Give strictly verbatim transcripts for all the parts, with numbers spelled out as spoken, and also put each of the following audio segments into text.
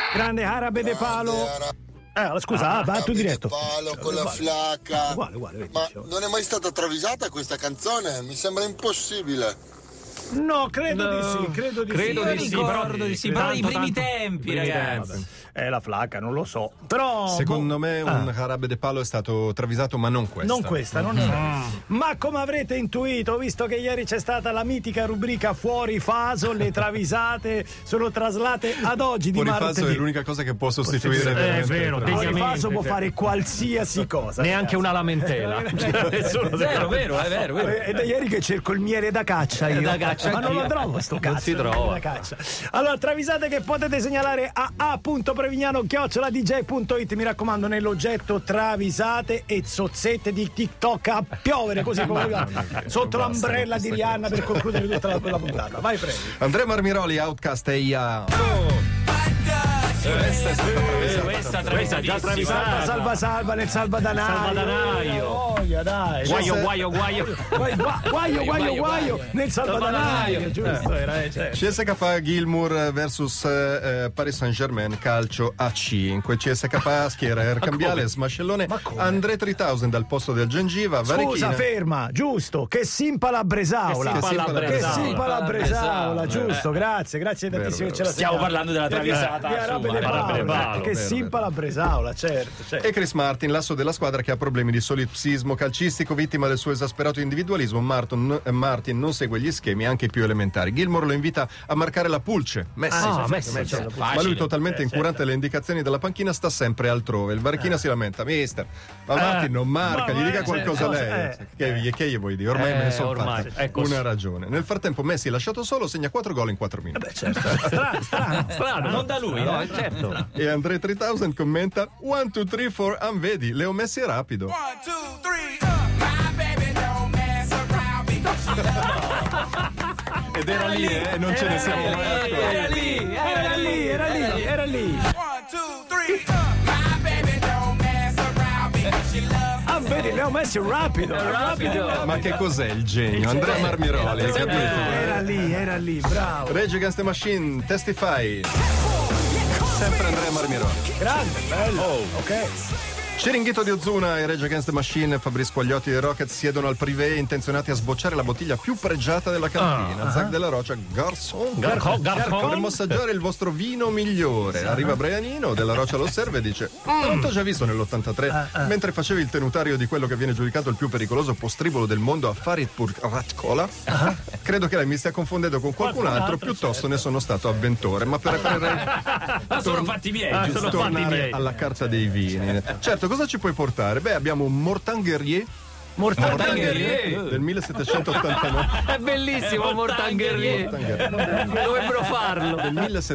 Grande Arabe de Palo. Eh, scusa, ah, va tu diretto. Palo con la flacca. Uguale, uguale, vedi, Ma diciamo. non è mai stata travisata questa canzone? Mi sembra impossibile. No, credo No, di sì, credo di credo sì. di sì, però, di sì, però i primi tempi, ragazzi. È la flacca, non lo so. Però Secondo boh, me ah. un Arabe de Palo è stato travisato, ma non questa. Non questa, non è. Ma come avrete intuito, visto che ieri c'è stata la mitica rubrica Fuori Faso, le travisate sono traslate ad oggi di Fuori martedì. Faso è l'unica cosa che può sostituire È veramente vero, le Fuori degnamente, Faso può cioè. fare qualsiasi cosa. Neanche una lamentela. Nessuno Vero, vero, è vero, è vero. È da ieri che cerco il miele da caccia io. Da caccia ma non lo anch'io. trovo sto Non cazzo. si il miele trova. da caccia. Allora, travisate che potete segnalare a a punto prevignano chiocciola d j punto it. Mi raccomando, nell'oggetto travisate e zozzette di TikTok a piovere così come sotto l'ombrella di Rihanna per concludere tutta la, quella puntata. Vai, prego. Andrea Marmiroli, Outcast e Ia. Questa è stata travisata. Questa Questa già travisata, salva salva nel salvadanaio. Salvadanaio. Voglia, dai. Guaio, guaio, guaio. Guai- gua- Guaio, guaio, guaio nel salvadanaio, giusto? Era, eh, certo. C S K Gilmour versus eh, Paris Saint-Germain, calcio a cinque. C S K schiera Ercambiale, smascellone, Ma come? André tremila al posto del Gengiva, Scusa, Varechina. ferma, giusto, che simpa la Bresaola. Che simpa la Che Bresaola. simpa la Bresaola, Bresaola. giusto, grazie, grazie Vero, tantissimo che ce vero. la Stiamo segnali. parlando della travisata, Di Arabe insomma, de Arabe de Palo, Palo, che vero, simpa la Bresaola, certo, certo. E Chris Martin, l'asso della squadra che ha problemi di solipsismo calcistico, vittima del suo esasperato individualismo. Martin, eh, Martin non segue gli schemi anche più elementari. Gilmour lo invita a marcare la pulce. Messi, Ah, certo, Messi, Messi. certo. Ma lui Facile. totalmente Eh, incurante certo. alle indicazioni della panchina sta sempre altrove. Il Varechina si lamenta: mister, ma Martin non marca, ma- gli dica eh, qualcosa a certo, lei. eh. Che, gli- che gli vuoi dire? Ormai Eh, me ne sono ormai, fatta ecco. una ragione. Nel frattempo Messi, lasciato solo, segna quattro gol in quattro minuti. Beh, certo, strano, strano. Strano, non da lui, no, certo. E André tremila commenta: one, two, three, four, am vedi, Leo Messi è rapido. One, two, three, uh, my baby don't mess around because she loves Ed era lì, eh, non ce ne siamo mai accorti. Era lì, Era lì, era lì, era lì. One, two, three, uh, my baby don't mess around because she loves Ah, vedi, Leo Messi è rapido. È rapido. Ma che cos'è il genio? Andrea Marmiroli, hai capito? Era lì, era lì, bravo. Rage Against the Machine, Testify. Sempre Andrea Marmiroli. Grande, bello. Ok. Ciringhito di Ozuna e Rage Against the Machine, Fabrizio Quagliotti dei Rockets siedono al privé intenzionati a sbocciare la bottiglia più pregiata della cantina. Ah, Zac della Roccia, Garçon. Garcon, Garcon. Dovremmo assaggiare il vostro vino migliore. Arriva Brianino, Della Roccia lo osserva e dice: non t'ho già visto nell'ottantatré, mentre facevi il tenutario di quello che viene giudicato il più pericoloso postribolo del mondo a Farid Ratkola. Credo che lei mi stia confondendo con qualcun altro, piuttosto ne sono stato avventore. Ma per fare Sono fatti miei, Ah, giusto? Sono fatti tornare miei. alla carta dei vini. Certo, cosa ci puoi portare? Beh, abbiamo un Mortanguerier Mortanguerier. del millesettecentottantanove. È bellissimo, Mortanguerier. Dovrebbero farlo. Del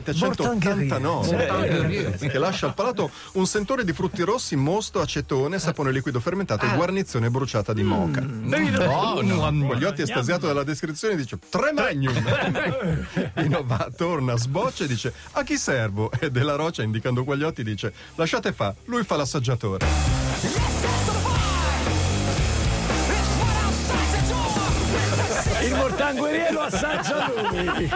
millesettecentottantanove, che lascia al palato un sentore di frutti rossi, mosto, acetone, sapone liquido fermentato e guarnizione bruciata di mocha. Quagliotti, estasiato dalla descrizione, dice: Tremanium. Pino va, torna, sboccia e dice: a chi servo? E Della Roccia, indicando Quagliotti, dice: lasciate fa, lui fa l'assaggiatore. Il Mortanguerier lo assaggia lui.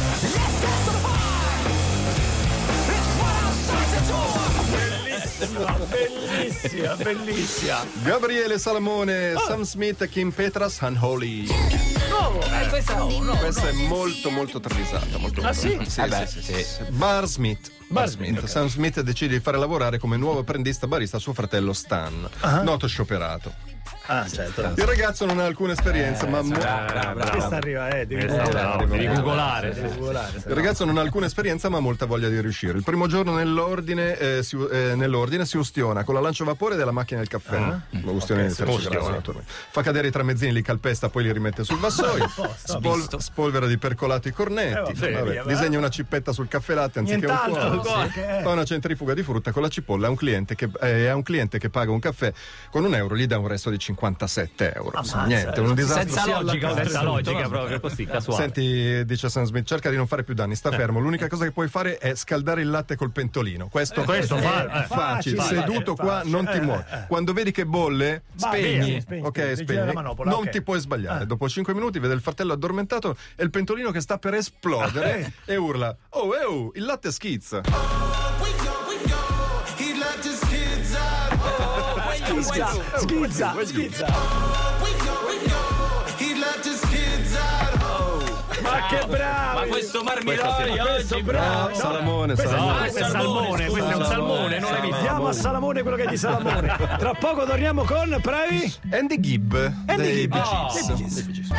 Bellissima, bellissima. Gabriele Salamone, Sam Smith, Kim Petras, Unholy. Questa è molto molto travisata, molto Ah, sì? Sì, Eh beh, sì, sì, sì. sì. Bar Smith. Bar Smith. Sam Smith decide di fare lavorare come nuovo apprendista barista suo fratello Stan, noto scioperato. Ah, certo. Il ragazzo non ha alcuna esperienza, ma mo- Questa arriva, eh, devi Questa googolare. no, devi googolare, sì. Devi googolare, se il ragazzo non ha alcuna esperienza, ma ha molta voglia di riuscire. Il primo giorno nell'ordine, eh, si, eh, nell'ordine si ustiona con la lanciavapore della macchina del caffè. Lo ustione di terzo grado, naturalmente. Fa cadere i tramezzini, li calpesta, poi li rimette sul vassoio. Spol- spolvera di percolato i cornetti. Eh, vabbè, Vabbè, via, va. disegna una cippetta sul caffè latte anziché un Nient'altro, cuore. sì, che- Fa una centrifuga di frutta con la cipolla a un cliente che, eh, a un cliente che paga un caffè con un euro, gli dà un resto di cinquanta cinquantasette euro. Ammazza, Niente, un disastro. Senza sia alla logica, casa- senza logica proprio così, casuale. Senti, dice Sam Smith, cerca di non fare più danni, sta fermo. L'unica cosa che puoi fare è scaldare il latte col pentolino. Questo, questo è fa- eh. facile. Facile, Seduto facile, qua non ti eh, muovi. eh. Quando vedi che bolle, Va, spegni. via, spegni, Ok, ti gira spegni. la manopola, Non ok. ti puoi sbagliare. Dopo cinque minuti vede il fratello addormentato e il pentolino che sta per esplodere e urla: oh, eh, oh, il latte schizza. Schizza, schizza, schizza. Ma che bravo! Ma questo Marmiroli Questo oggi, bravo! Salamone, questo- Salamone. No, questo è salmone, questo è un salmone, non l'hai visto? Andiamo a Salamone, quello che è di Salamone. Tra poco torniamo con Previ. Andy Gibb. Andy dei Gibb. Bee Oh. Gees. Dei Bee Gees.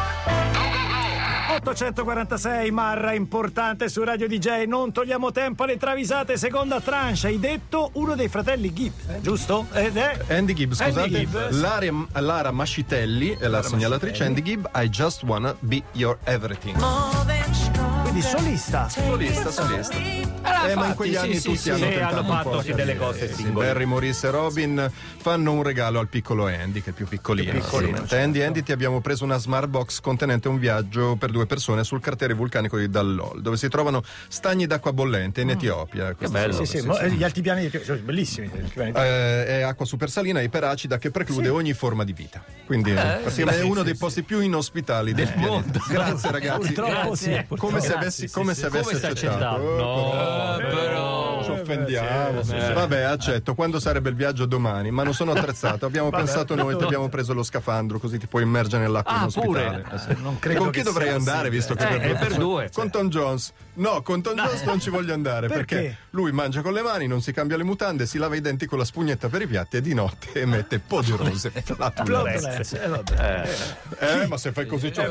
ottocentoquarantasei Marra, importante su Radio D J. Non togliamo tempo alle travisate. Seconda tranche. Hai detto uno dei fratelli Gibb, giusto? Ed è Andy Gibb, scusate. Andy Gibb. Lara, Lara Mascitelli è la segnalatrice. Andy Gibb, I just wanna be your everything. quindi solista. Solista, solista. Eh, ma in quegli sì, anni sì, tutti sì, hanno sì, tentato hanno un fatto po' sì, delle cose sì, singole. Barry, Maurice e Robin fanno un regalo al piccolo Andy, che è più piccolino. ovviamente. Andy, Andy, ti abbiamo preso una smart box contenente un viaggio per due persone sul cratere vulcanico di Dallol, dove si trovano stagni d'acqua bollente in Etiopia. Che bello. Sì, sì, mo- eh, gli altipiani di- sono bellissimi. gli altipiani di- Eh, è acqua supersalina e iperacida che preclude ogni forma di vita. Quindi praticamente è uno dei posti più inospitali del pianeta. Grazie ragazzi. Purtroppo sì. Grazie. Come se Grazie, avessi, sì, come sì, se sì. avessi Come se accettato. accettato? No, però. Ci offendiamo. Vabbè, accetto. Quando sarebbe il viaggio domani? Ma non sono attrezzato. Abbiamo pensato noi, ti abbiamo preso lo scafandro, così ti puoi immergere nell'acqua Ah, in ospitale. pure? Eh, sì. Non E credo con chi che dovrei sia andare, possibile. visto che Eh, è per due. Con Tom Jones. No, con Tom Jones non ci voglio andare perché? Perché? lui mangia con le mani, non si cambia le mutande, si lava i denti con la spugnetta per i piatti e di notte emette po' di rose. Flawless, eh, vabbè. Eh, ma se fai così c'è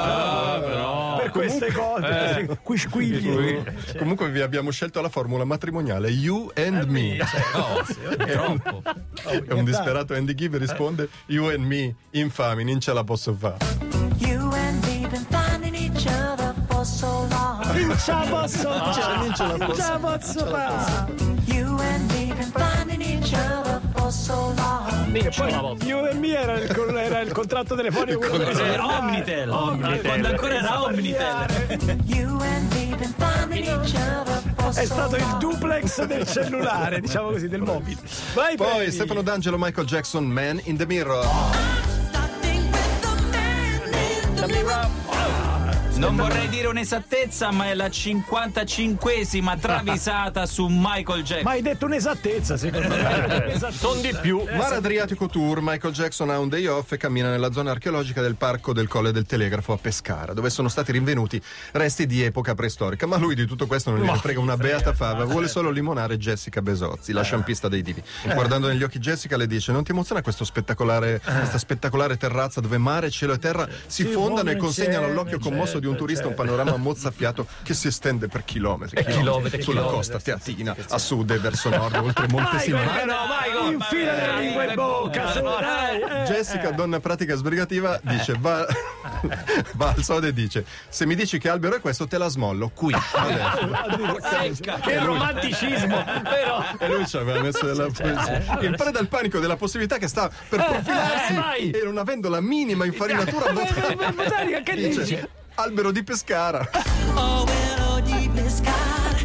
Per queste cose, questi quisquigli. Comunque vi abbiamo scelto la formula matrimoniale You and Me. È un, è un disperato Andy Gibb risponde You and me, infami, non ce la posso fare. You and me been finding each other for so long. Non ce la posso non ce la fare. posso- Non ce la posso fare. You and me been finding each other for so long. E poi You and Me era il, con- era il contratto telefonico quello che Eh, Omnitel, quando ancora era Omnitel. You and me been finding each other for È so stato il long. duplex del cellulare, diciamo così, del mobile. Vai, Poi Previ. Stefano D'Angelo, Michael Jackson, Man in the Mirror. Starting with the man in the mirror. Non vorrei dire un'esattezza, ma è la cinquantacinquesima travisata su Michael Jackson. Ma hai detto un'esattezza, secondo me. Sono di più. Mar Adriatico Tour, Michael Jackson ha un day off e cammina nella zona archeologica del parco del Colle del Telegrafo a Pescara, dove sono stati rinvenuti resti di epoca preistorica. Ma lui di tutto questo non gliene frega una beata fava, vuole solo limonare Jessica Besozzi, la sciampista dei divi. Guardando negli occhi Jessica le dice: non ti emoziona questo spettacolare, questa spettacolare terrazza dove mare, cielo e terra si fondano e consegnano all'occhio commosso di un turista un panorama mozzafiato che si estende per chilometri, chilometri, sulla chilometri. costa teatina, a sud e verso nord, oltre Monte Vai, Silvano. vai, no, vai, infila la lingua in bocca, su, dai. eh. Jessica, donna pratica sbrigativa, dice va, va al sodo e dice: se mi dici che albero è questo te la smollo qui. Vabbè. Che romanticismo, però. E lui ci aveva messo della poesia. In preda al panico della possibilità che sta per profilarsi eh, vai. e non avendo la minima infarinatura botanica, Botanica, che dice: dici? albero di Pescara. Oh, well, oh, deep in the sky.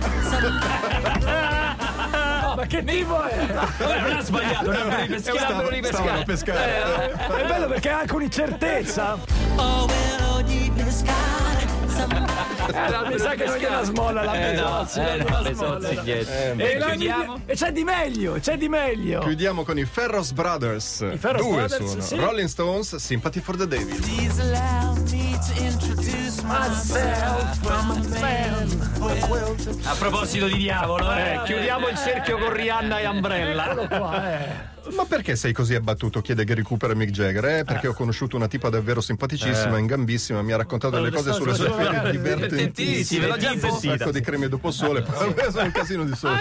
Ma che tipo è? Non ha sbagliato, non è di Stavano, pescare. stavano a pescare. È bello perché ha anche un'incertezza. Oh, well, oh, deep in the sky. Eh, mi sa che non gliela smolla la Eh no, Besozzi, eh non no, gliela Besozzi smolla. dietro. E, la- chiudiamo? e c'è di meglio, c'è di meglio. Chiudiamo con i Ferros Brothers. I Ferros Due Brothers, sono sì. Rolling Stones, Sympathy for the Devil. Please allow me to introduce myself from a man. A proposito di diavolo, eh. Eh, chiudiamo il cerchio con Rihanna e Umbrella. Qua, eh. Ma perché sei così abbattuto? Chiede Gary Cooper a Mick Jagger. Eh, perché ho conosciuto una tipa davvero simpaticissima, ingambissima, mi ha raccontato delle cose sulle sue ferie divertentissime. Ve l'ho già Un sentita. sacco di creme dopo sole, sono un casino di sole.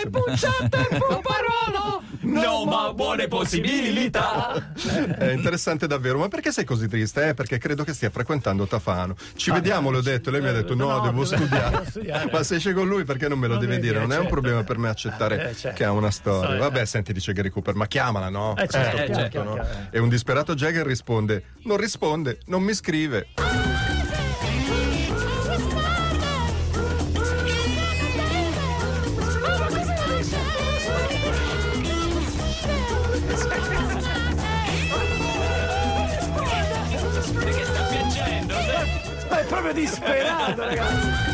No, ma buone possibilità. È interessante davvero, ma perché sei così triste? Eh, perché credo che stia frequentando Tough profano. Ci vediamo, le ho detto, lei mi ha detto no, no, devo devo- studiare. devo studiare. Ma se esce con lui perché non me lo Non deve devi dire? dire, Non è un certo. problema per me accettare Eh, certo. che ha una storia. Storia. Vabbè, senti, dice Gary Cooper, ma chiamala, no? Eh, certo, Eh, chiaro, certo, chiaro, no? chiaro. E un disperato Jagger risponde: non risponde, non mi scrive. Perché sta piangendo? Ma è proprio disperato, ragazzi.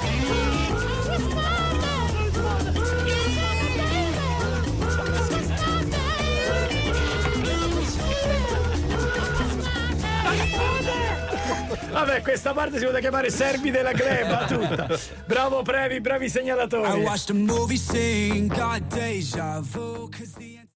Vabbè, questa parte si poteva chiamare Servi della gleba tutta. Bravo Previ, bravi segnalatori. I watched a movie scene, got deja vu, 'cause the